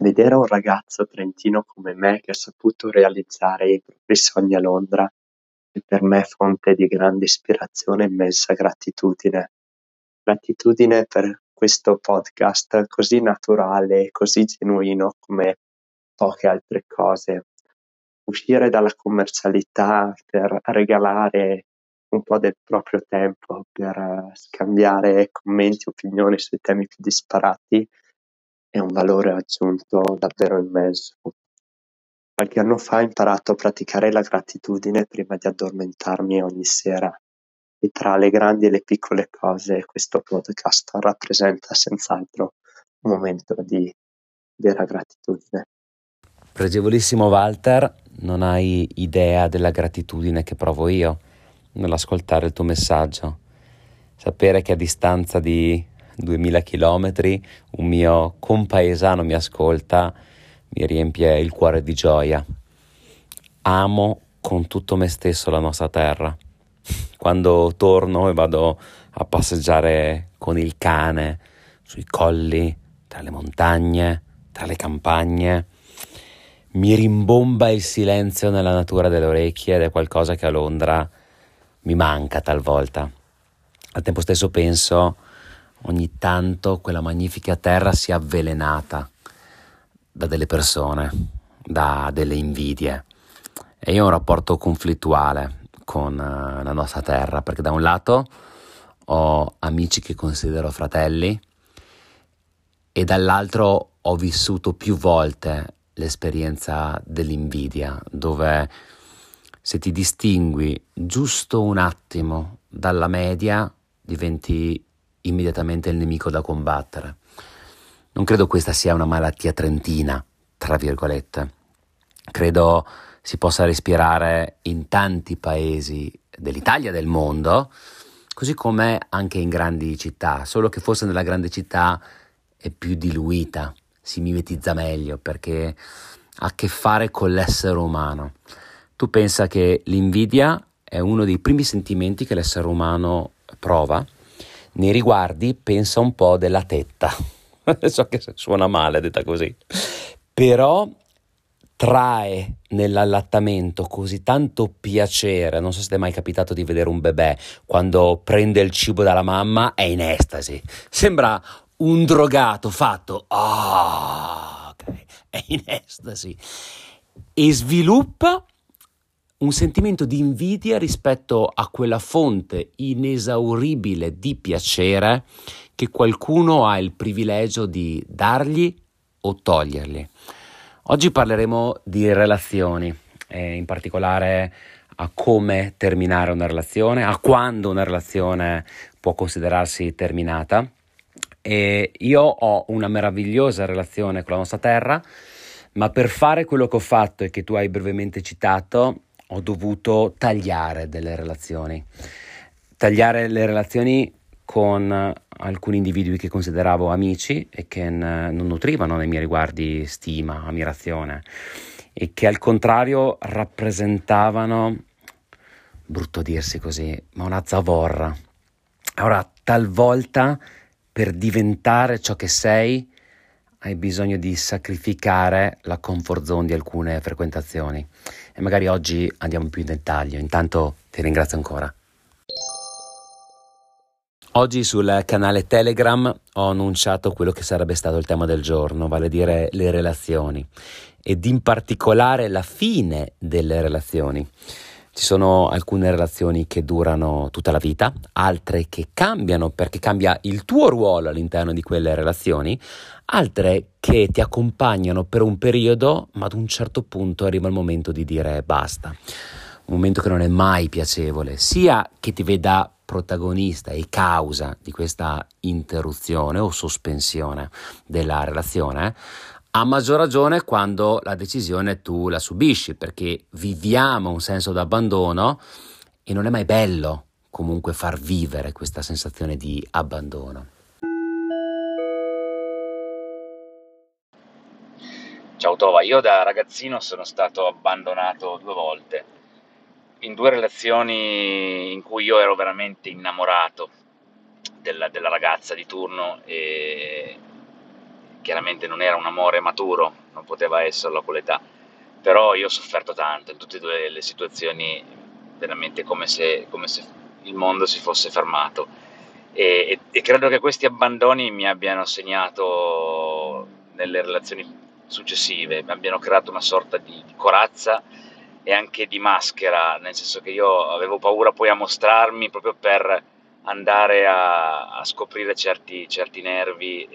Vedere un ragazzo trentino come me che ha saputo realizzare i propri sogni a Londra è per me fonte di grande ispirazione e immensa gratitudine. Gratitudine per questo podcast così naturale e così genuino come poche altre cose. Uscire dalla commercialità per regalare un po' del proprio tempo per scambiare commenti, opinioni sui temi più disparati è un valore aggiunto davvero immenso. Qualche anno fa ho imparato a praticare la gratitudine prima di addormentarmi ogni sera e tra le grandi e le piccole cose questo podcast rappresenta senz'altro un momento di vera gratitudine. Pregevolissimo Walter, non hai idea della gratitudine che provo io nell'ascoltare il tuo messaggio. Sapere che a distanza di 2000 chilometri un mio compaesano mi ascolta mi riempie il cuore di gioia. Amo con tutto me stesso la nostra terra. Quando torno e vado a passeggiare con il cane sui colli, tra le montagne, tra le campagne, mi rimbomba il silenzio nella natura delle orecchie ed è qualcosa che a Londra mi manca talvolta. Al tempo stesso penso ogni tanto quella magnifica terra sia avvelenata da delle persone, da delle invidie. E io ho un rapporto conflittuale con la nostra terra, perché da un lato ho amici che considero fratelli e dall'altro ho vissuto più volte l'esperienza dell'invidia, dove se ti distingui giusto un attimo dalla media diventi immediatamente il nemico da combattere. Non credo questa sia una malattia trentina, tra virgolette. Credo si possa respirare in tanti paesi dell'Italia e del mondo, così come anche in grandi città, solo che forse nella grande città è più diluita, si mimetizza meglio perché ha a che fare con l'essere umano. Tu pensa che l'invidia è uno dei primi sentimenti che l'essere umano prova? Nei riguardi pensa un po' della tetta. So che suona male detta così, però trae nell'allattamento così tanto piacere. Non so se ti è mai capitato di vedere un bebè quando prende il cibo dalla mamma, è in estasi, sembra un drogato fatto, ok, è in estasi e sviluppa un sentimento di invidia rispetto a quella fonte inesauribile di piacere che qualcuno ha il privilegio di dargli o togliergli. Oggi parleremo di relazioni, in particolare a come terminare una relazione, a quando una relazione può considerarsi terminata. E io ho una meravigliosa relazione con la nostra terra, ma per fare quello che ho fatto e che tu hai brevemente citato, ho dovuto tagliare delle relazioni. Tagliare le relazioni con alcuni individui che consideravo amici e che non nutrivano nei miei riguardi stima, ammirazione e che al contrario rappresentavano, brutto dirsi così, ma una zavorra. Ora, talvolta per diventare ciò che sei hai bisogno di sacrificare la comfort zone di alcune frequentazioni e magari oggi andiamo più in dettaglio. Intanto ti ringrazio ancora. Oggi sul canale Telegram ho annunciato quello che sarebbe stato il tema del giorno, vale a dire le relazioni ed in particolare la fine delle relazioni. Ci sono alcune relazioni che durano tutta la vita, altre che cambiano perché cambia il tuo ruolo all'interno di quelle relazioni, altre che ti accompagnano per un periodo, ma ad un certo punto arriva il momento di dire basta. Un momento che non è mai piacevole, sia che ti veda protagonista e causa di questa interruzione o sospensione della relazione, a maggior ragione quando la decisione tu la subisci, perché viviamo un senso d'abbandono e non è mai bello comunque far vivere questa sensazione di abbandono. Ciao Tova, io da ragazzino sono stato abbandonato 2 volte, in 2 relazioni in cui io ero veramente innamorato della ragazza di turno chiaramente non era un amore maturo, non poteva esserlo a quell'età, però io ho sofferto tanto in tutte e due le situazioni, veramente come se il mondo si fosse fermato, e credo che questi abbandoni mi abbiano segnato nelle relazioni successive, mi abbiano creato una sorta di corazza e anche di maschera, nel senso che io avevo paura poi a mostrarmi proprio per andare a scoprire certi nervi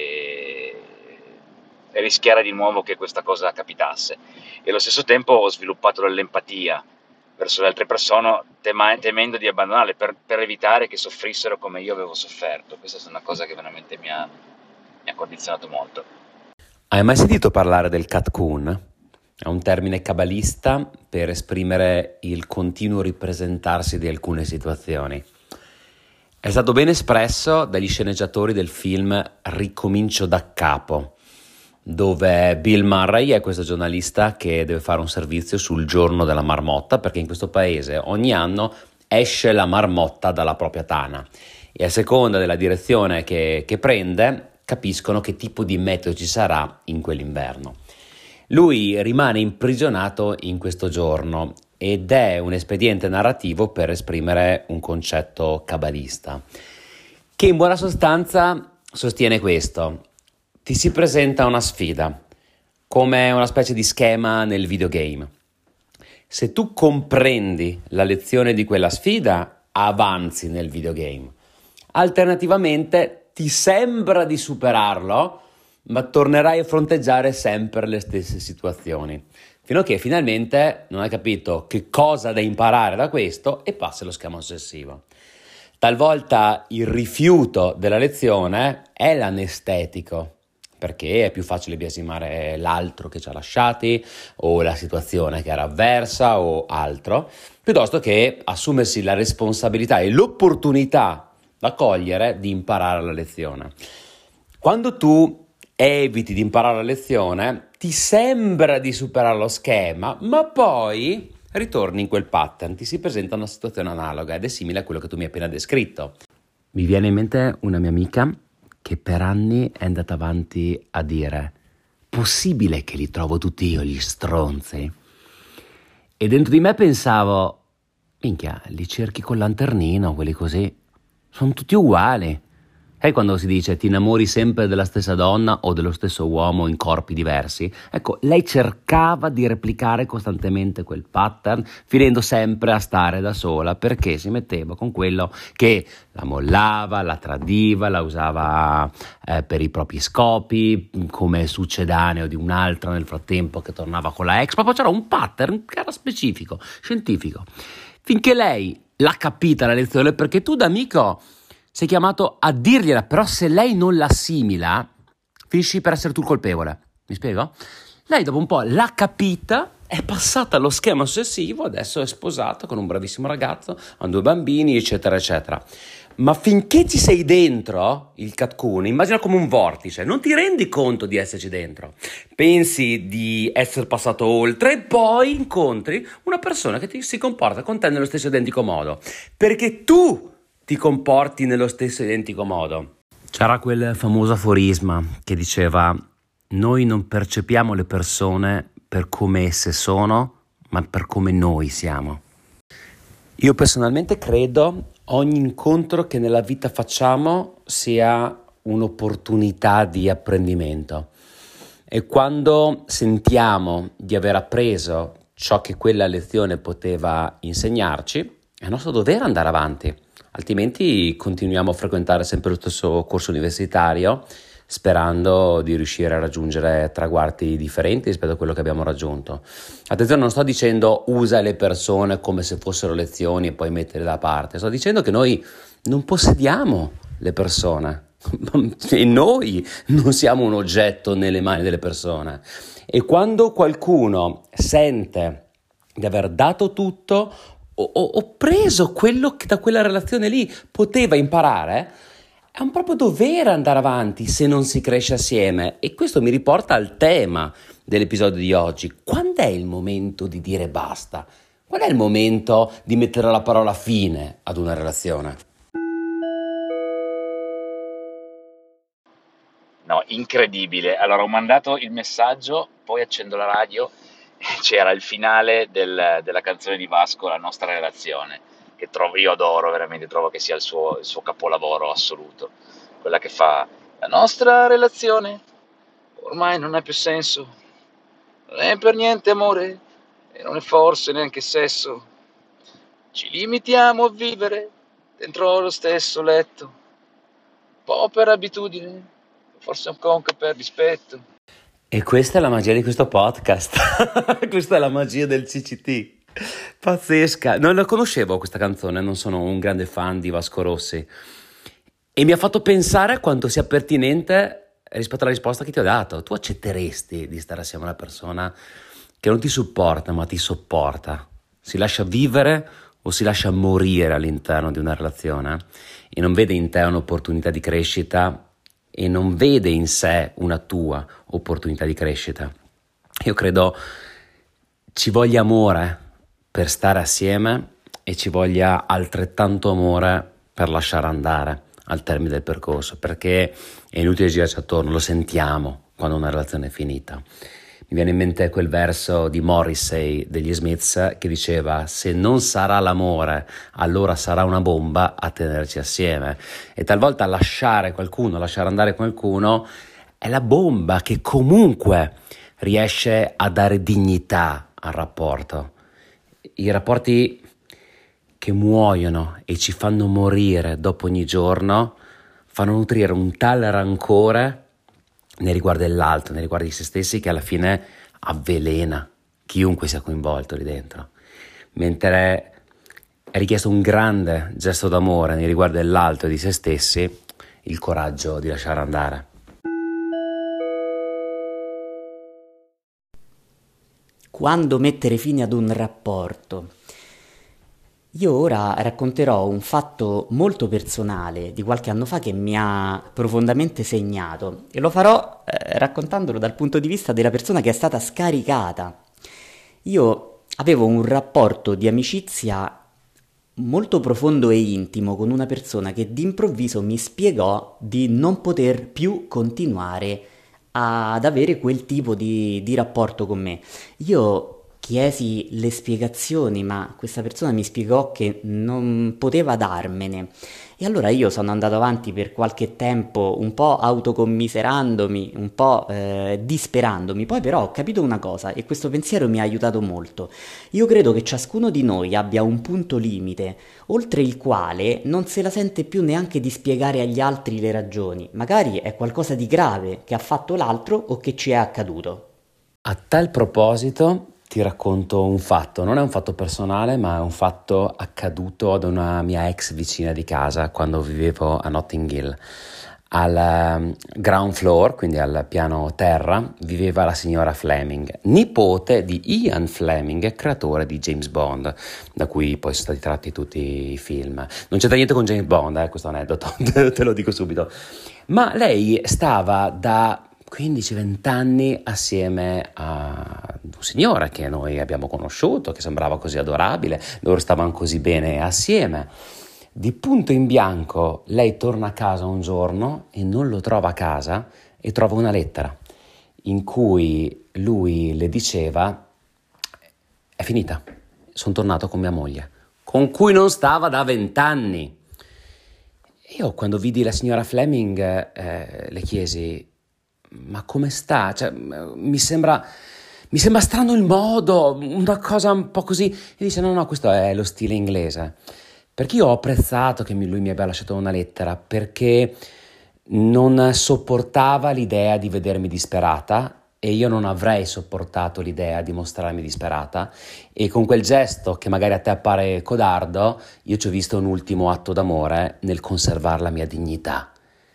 e rischiare di nuovo che questa cosa capitasse. E allo stesso tempo ho sviluppato dell'empatia verso le altre persone, temendo di abbandonarle per evitare che soffrissero come io avevo sofferto. Questa è una cosa che veramente mi ha condizionato molto. Hai mai sentito parlare del Katkun? È un termine cabalista per esprimere il continuo ripresentarsi di alcune situazioni. È stato ben espresso dagli sceneggiatori del film Ricomincio da capo, dove Bill Murray è questo giornalista che deve fare un servizio sul giorno della marmotta, perché in questo paese ogni anno esce la marmotta dalla propria tana e a seconda della direzione che prende capiscono che tipo di meteo ci sarà in quell'inverno. Lui rimane imprigionato in questo giorno ed è un espediente narrativo per esprimere un concetto cabalista, che in buona sostanza sostiene questo: ti si presenta una sfida, come una specie di schema nel videogame. Se tu comprendi la lezione di quella sfida, avanzi nel videogame. Alternativamente ti sembra di superarlo, ma tornerai a fronteggiare sempre le stesse situazioni, fino a che finalmente non hai capito che cosa da imparare da questo e passi allo schema ossessivo. Talvolta il rifiuto della lezione è l'anestetico, perché è più facile biasimare l'altro che ci ha lasciati o la situazione che era avversa o altro, piuttosto che assumersi la responsabilità e l'opportunità da cogliere di imparare la lezione. Quando tu eviti di imparare la lezione, ti sembra di superare lo schema, ma poi ritorni in quel pattern, ti si presenta una situazione analoga ed è simile a quello che tu mi hai appena descritto. Mi viene in mente una mia amica che per anni è andata avanti a dire: possibile che li trovo tutti io gli stronzi? E dentro di me pensavo: minchia, li cerchi col lanternino, quelli così, sono tutti uguali. Sai quando si dice ti innamori sempre della stessa donna o dello stesso uomo in corpi diversi? Ecco, lei cercava di replicare costantemente quel pattern, finendo sempre a stare da sola, perché si metteva con quello che la mollava, la tradiva, la usava per i propri scopi, come succedaneo di un'altra nel frattempo che tornava con la ex. Proprio c'era un pattern che era specifico, scientifico. Finché lei l'ha capita la lezione, perché tu da amico sei chiamato a dirgliela, però se lei non l'assimila, finisci per essere tu il colpevole. Mi spiego? Lei dopo un po' l'ha capita, è passata allo schema ossessivo, adesso è sposata con un bravissimo ragazzo, hanno 2 bambini, eccetera, eccetera. Ma finché ci sei dentro, il Katkun, immagina come un vortice, non ti rendi conto di esserci dentro. Pensi di essere passato oltre e poi incontri una persona che si comporta con te nello stesso identico modo. Perché tu ti comporti nello stesso identico modo. C'era quel famoso aforisma che diceva: noi non percepiamo le persone per come esse sono, ma per come noi siamo. Io personalmente credo ogni incontro che nella vita facciamo sia un'opportunità di apprendimento, e quando sentiamo di aver appreso ciò che quella lezione poteva insegnarci, è nostro dovere andare avanti. Altrimenti continuiamo a frequentare sempre lo stesso corso universitario, sperando di riuscire a raggiungere traguardi differenti rispetto a quello che abbiamo raggiunto. Attenzione, non sto dicendo usa le persone come se fossero lezioni e poi metterle da parte. Sto dicendo che noi non possediamo le persone e noi non siamo un oggetto nelle mani delle persone. E quando qualcuno sente di aver dato tutto, ho preso quello che da quella relazione lì poteva imparare, è un proprio dovere andare avanti se non si cresce assieme. E questo mi riporta al tema dell'episodio di oggi. Quando è il momento di dire basta? Qual è il momento di mettere la parola fine ad una relazione? No, incredibile. Allora ho mandato il messaggio, poi accendo la radio e c'era il finale della canzone di Vasco, La nostra relazione, che trovo, io adoro veramente, trovo che sia il suo capolavoro assoluto. Quella che fa: la nostra relazione ormai non ha più senso, non è per niente amore e non è forse neanche sesso. Ci limitiamo a vivere dentro lo stesso letto, un po' per abitudine, forse anche per rispetto. E questa è la magia di questo podcast. Questa è la magia del CCT. Pazzesca. Non la conoscevo questa canzone, non sono un grande fan di Vasco Rossi. E mi ha fatto pensare a quanto sia pertinente rispetto alla risposta che ti ho dato. Tu accetteresti di stare assieme a una persona che non ti supporta, ma ti sopporta? Si lascia vivere o si lascia morire all'interno di una relazione e non vede in te un'opportunità di crescita e non vede in sé una tua opportunità di crescita? Io credo ci voglia amore per stare assieme e ci voglia altrettanto amore per lasciare andare al termine del percorso, perché è inutile girarci attorno, lo sentiamo quando una relazione è finita. Mi viene in mente quel verso di Morrissey degli Smiths che diceva: se non sarà l'amore, allora sarà una bomba a tenerci assieme. E talvolta lasciare andare qualcuno è la bomba che comunque riesce a dare dignità al rapporto. I rapporti che muoiono e ci fanno morire dopo ogni giorno fanno nutrire un tale rancore nei riguardi dell'altro, nei riguardi di se stessi, che alla fine avvelena chiunque sia coinvolto lì dentro. Mentre è richiesto un grande gesto d'amore nei riguardi dell'altro e di se stessi, il coraggio di lasciare andare. Quando mettere fine ad un rapporto? Io ora racconterò un fatto molto personale di qualche anno fa che mi ha profondamente segnato e lo farò raccontandolo dal punto di vista della persona che è stata scaricata. Io avevo un rapporto di amicizia molto profondo e intimo con una persona che d'improvviso mi spiegò di non poter più continuare ad avere quel tipo di rapporto con me. Io chiesi le spiegazioni, ma questa persona mi spiegò che non poteva darmene. E allora io sono andato avanti per qualche tempo, un po' autocommiserandomi, un po' disperandomi. Poi però ho capito una cosa, e questo pensiero mi ha aiutato molto. Io credo che ciascuno di noi abbia un punto limite, oltre il quale non se la sente più neanche di spiegare agli altri le ragioni. Magari è qualcosa di grave che ha fatto l'altro o che ci è accaduto. A tal proposito ti racconto un fatto, non è un fatto personale, ma è un fatto accaduto ad una mia ex vicina di casa quando vivevo a Notting Hill. Al ground floor, quindi al piano terra, viveva la signora Fleming, nipote di Ian Fleming, creatore di James Bond, da cui poi sono stati tratti tutti i film. Non c'entra niente con James Bond, questo aneddoto, te lo dico subito. Ma lei stava da 15-20 anni assieme a un signore che noi abbiamo conosciuto, che sembrava così adorabile, loro stavano così bene assieme. Di punto in bianco lei torna a casa un giorno e non lo trova a casa e trova una lettera in cui lui le diceva: è finita, sono tornato con mia moglie, con cui non stava da 20 anni. Io quando vidi la signora Fleming le chiesi: ma come sta? Cioè, mi sembra strano il modo, una cosa un po' così. E dice: no, questo è lo stile inglese. Perché io ho apprezzato che lui mi abbia lasciato una lettera, perché non sopportava l'idea di vedermi disperata e io non avrei sopportato l'idea di mostrarmi disperata, e con quel gesto che magari a te appare codardo, io ci ho visto un ultimo atto d'amore nel conservare la mia dignità.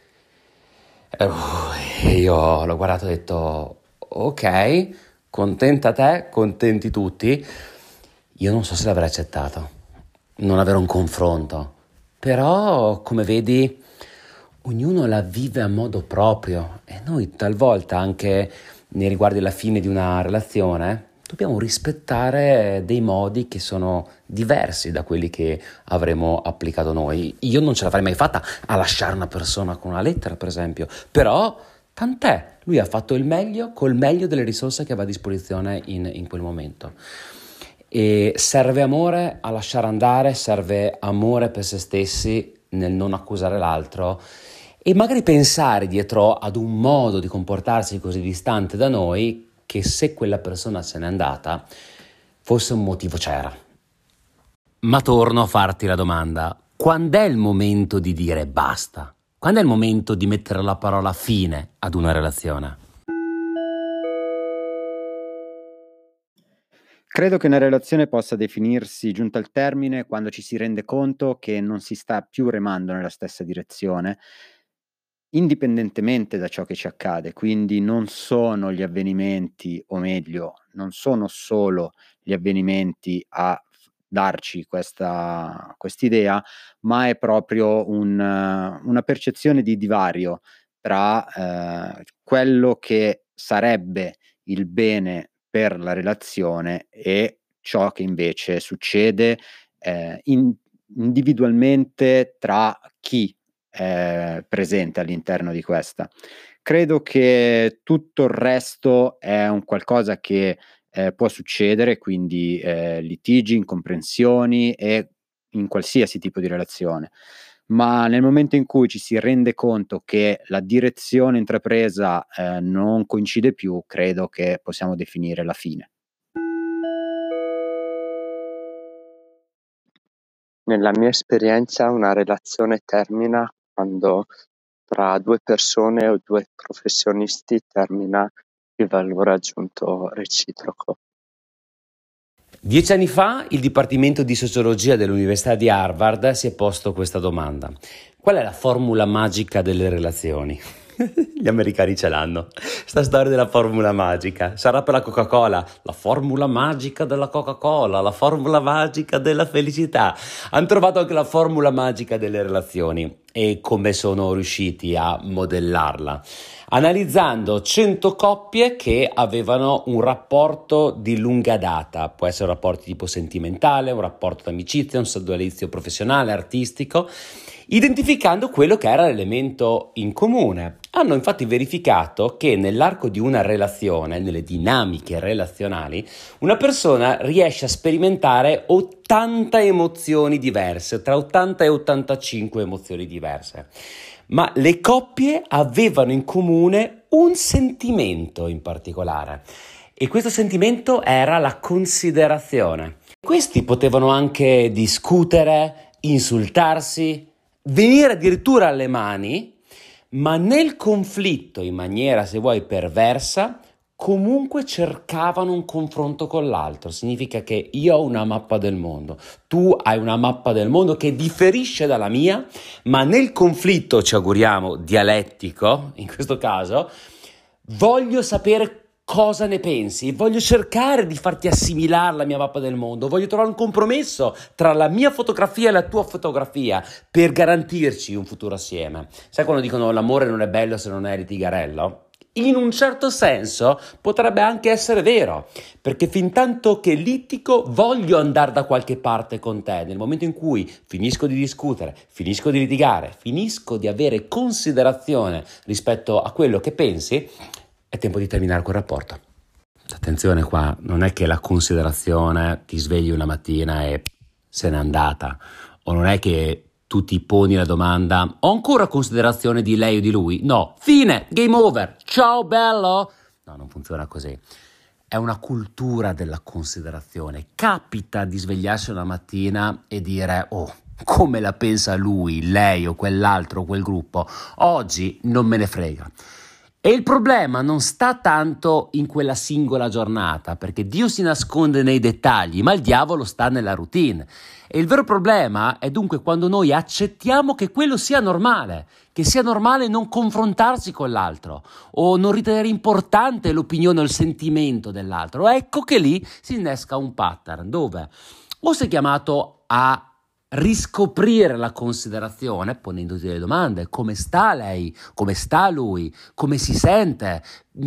E io l'ho guardato e ho detto: ok, contenta te, contenti tutti. Io non so se l'avrei accettato, non avere un confronto, però come vedi ognuno la vive a modo proprio e noi talvolta anche nei riguardi della fine di una relazione dobbiamo rispettare dei modi che sono diversi da quelli che avremmo applicato noi. Io non ce l'avrei mai fatta a lasciare una persona con una lettera, per esempio, però Tant'è, lui ha fatto il meglio col meglio delle risorse che aveva a disposizione in quel momento. E serve amore a lasciare andare, serve amore per se stessi nel non accusare l'altro e magari pensare dietro ad un modo di comportarsi così distante da noi che se quella persona se n'è andata forse un motivo c'era. Ma torno a farti la domanda: quando è il momento di dire basta? Quando è il momento di mettere la parola fine ad una relazione? Credo che una relazione possa definirsi giunta al termine quando ci si rende conto che non si sta più remando nella stessa direzione, indipendentemente da ciò che ci accade. Quindi non sono gli avvenimenti, o meglio, non sono solo gli avvenimenti a darci quest'idea, ma è proprio una percezione di divario tra quello che sarebbe il bene per la relazione e ciò che invece succede individualmente tra chi è presente all'interno di questa. Credo che tutto il resto è un qualcosa che può succedere, quindi litigi, incomprensioni e in qualsiasi tipo di relazione. Ma nel momento in cui ci si rende conto che la direzione intrapresa non coincide più, credo che possiamo definire la fine. Nella mia esperienza una relazione termina quando tra due persone o due professionisti termina il valore aggiunto reciproco. 10 anni fa il Dipartimento di Sociologia dell'Università di Harvard si è posto questa domanda: qual è la formula magica delle relazioni? Gli americani ce l'hanno, sta storia della formula magica. Sarà per la Coca-Cola, la formula magica della Coca-Cola, la formula magica della felicità. Hanno trovato anche la formula magica delle relazioni e come sono riusciti a modellarla, analizzando 100 coppie che avevano un rapporto di lunga data. Può essere un rapporto tipo sentimentale, un rapporto d'amicizia, un sodalizio professionale, artistico, identificando quello che era l'elemento in comune. Hanno infatti verificato che nell'arco di una relazione, nelle dinamiche relazionali, una persona riesce a sperimentare 80 emozioni diverse, tra 80 e 85 emozioni diverse. Ma le coppie avevano in comune un sentimento in particolare e questo sentimento era la considerazione. Questi potevano anche discutere, insultarsi, venire addirittura alle mani, ma nel conflitto, in maniera se vuoi perversa, comunque cercavano un confronto con l'altro. Significa che io ho una mappa del mondo, tu hai una mappa del mondo che differisce dalla mia, ma nel conflitto, ci auguriamo, dialettico, in questo caso, voglio sapere cosa ne pensi, voglio cercare di farti assimilare la mia mappa del mondo, voglio trovare un compromesso tra la mia fotografia e la tua fotografia per garantirci un futuro assieme. Sai quando dicono l'amore non è bello se non è litigarello? In un certo senso potrebbe anche essere vero, perché fin tanto che litigo voglio andare da qualche parte con te. Nel momento in cui finisco di discutere, finisco di litigare, finisco di avere considerazione rispetto a quello che pensi, è tempo di terminare quel rapporto. Attenzione qua, non è che la considerazione ti svegli una mattina e se n'è andata, o non è che tu ti poni la domanda: ho ancora considerazione di lei o di lui? No, fine, game over, ciao bello. No, non funziona così. È una cultura della considerazione. Capita di svegliarsi una mattina e dire: oh, come la pensa lui, lei o quell'altro o quel gruppo, oggi non me ne frega. E il problema non sta tanto in quella singola giornata, perché Dio si nasconde nei dettagli, ma il diavolo sta nella routine. E il vero problema è dunque quando noi accettiamo che quello sia normale, che sia normale non confrontarsi con l'altro o non ritenere importante l'opinione o il sentimento dell'altro. Ecco che lì si innesca un pattern dove o sei chiamato a riscoprire la considerazione ponendoti delle domande: come sta lei, come sta lui, come si sente,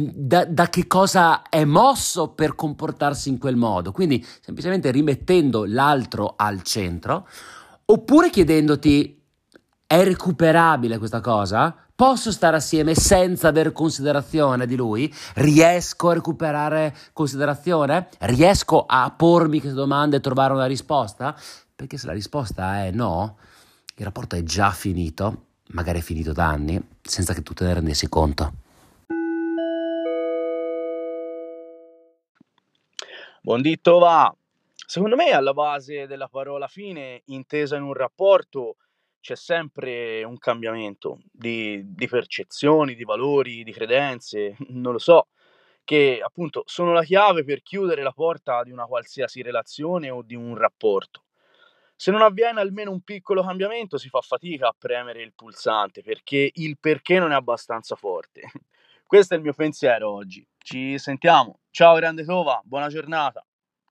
da che cosa è mosso per comportarsi in quel modo, quindi semplicemente rimettendo l'altro al centro, oppure chiedendoti: è recuperabile questa cosa? Posso stare assieme senza avere considerazione di lui? Riesco a recuperare considerazione? Riesco a pormi queste domande e trovare una risposta? Perché se la risposta è no, il rapporto è già finito, magari è finito da anni, senza che tu te ne rendessi conto. Buondì va. Secondo me alla base della parola fine, intesa in un rapporto, c'è sempre un cambiamento di percezioni, di valori, di credenze, non lo so, che appunto sono la chiave per chiudere la porta di una qualsiasi relazione o di un rapporto. Se non avviene almeno un piccolo cambiamento, si fa fatica a premere il pulsante perché il perché non è abbastanza forte. Questo è il mio pensiero oggi. Ci sentiamo. Ciao grande Tova, buona giornata.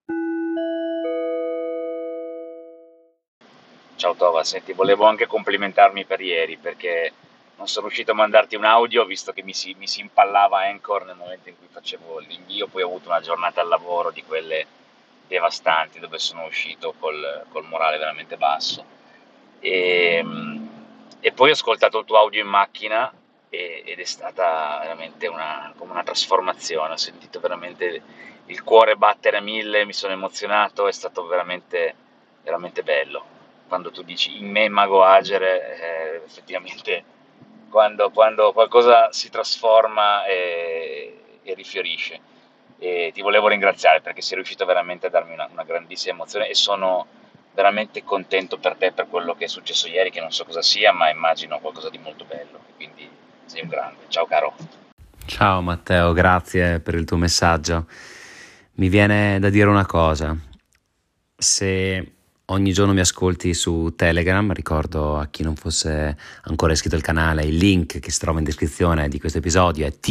Ciao Tova, senti, volevo anche complimentarmi per ieri perché non sono riuscito a mandarti un audio visto che mi si impallava Anchor nel momento in cui facevo l'invio, poi ho avuto una giornata al lavoro di quelle devastanti dove sono uscito col morale veramente basso e, e poi ho ascoltato il tuo audio in macchina ed è stata veramente come una trasformazione, ho sentito veramente il cuore battere a 1000, mi sono emozionato, è stato veramente, veramente bello. Quando tu dici in me mago agere, effettivamente quando qualcosa si trasforma e rifiorisce. E ti volevo ringraziare perché sei riuscito veramente a darmi una grandissima emozione e sono veramente contento per te per quello che è successo ieri, che non so cosa sia, ma immagino qualcosa di molto bello. Quindi sei un grande. Ciao caro. Ciao Matteo, grazie per il tuo messaggio. Mi viene da dire una cosa. Se ogni giorno mi ascolti su Telegram, ricordo a chi non fosse ancora iscritto al canale, il link che si trova in descrizione di questo episodio è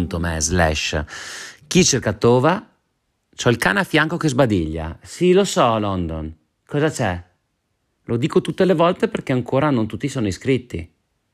t.me/chicercatova. C'ho il cane a fianco che sbadiglia. Sì, lo so, London. Cosa c'è? Lo dico tutte le volte perché ancora non tutti sono iscritti.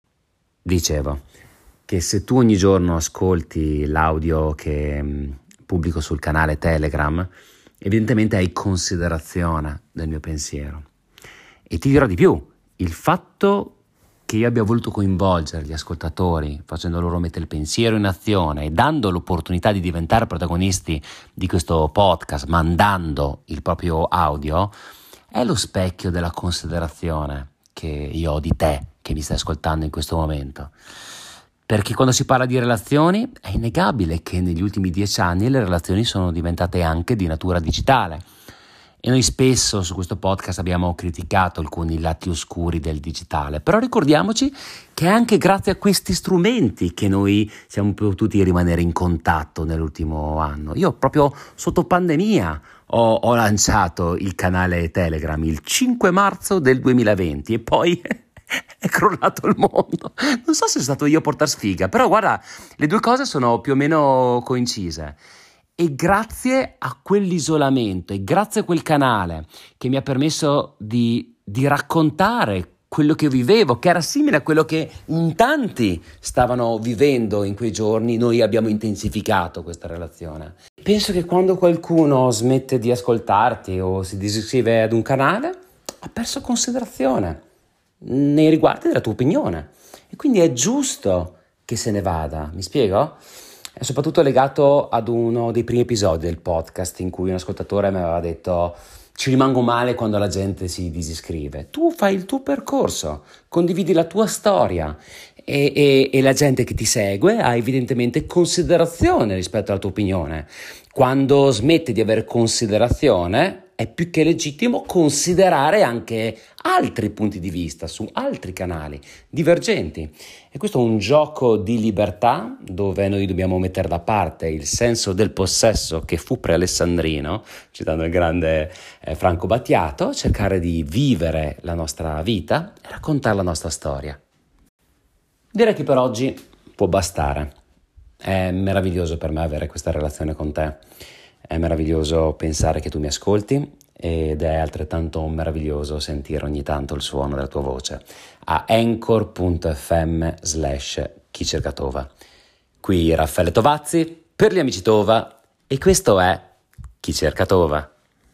Dicevo che se tu ogni giorno ascolti l'audio che pubblico sul canale Telegram, evidentemente hai considerazione del mio pensiero. E ti dirò di più, il fatto che io abbia voluto coinvolgere gli ascoltatori, facendo loro mettere il pensiero in azione e dando l'opportunità di diventare protagonisti di questo podcast, mandando il proprio audio, è lo specchio della considerazione che io ho di te, che mi stai ascoltando in questo momento. Perché quando si parla di relazioni è innegabile che negli ultimi 10 anni le relazioni sono diventate anche di natura digitale. E noi spesso su questo podcast abbiamo criticato alcuni lati oscuri del digitale, però ricordiamoci che è anche grazie a questi strumenti che noi siamo potuti rimanere in contatto nell'ultimo anno. Io proprio sotto pandemia ho lanciato il canale Telegram il 5 marzo del 2020 e poi è crollato il mondo. Non so se è stato io a portar sfiga, però guarda, le due cose sono più o meno coincise. E grazie a quell'isolamento e grazie a quel canale che mi ha permesso di raccontare quello che vivevo, che era simile a quello che in tanti stavano vivendo in quei giorni, noi abbiamo intensificato questa relazione. Penso che quando qualcuno smette di ascoltarti o si disiscrive ad un canale, ha perso considerazione nei riguardi della tua opinione e quindi è giusto che se ne vada. Mi spiego? È soprattutto legato ad uno dei primi episodi del podcast in cui un ascoltatore mi aveva detto: ci rimango male quando la gente si disiscrive. Tu fai il tuo percorso, condividi la tua storia e la gente che ti segue ha evidentemente considerazione rispetto alla tua opinione. Quando smette di avere considerazione è più che legittimo considerare anche altri punti di vista su altri canali divergenti. E questo è un gioco di libertà dove noi dobbiamo mettere da parte il senso del possesso che fu pre-alessandrino, citando il grande Franco Battiato, cercare di vivere la nostra vita e raccontare la nostra storia. Direi che per oggi può bastare. È meraviglioso per me avere questa relazione con te. È meraviglioso pensare che tu mi ascolti ed è altrettanto meraviglioso sentire ogni tanto il suono della tua voce a anchor.fm/chicercatova. Qui Raffaele Tovazzi per gli amici Tova e questo è Chi cerca Tova.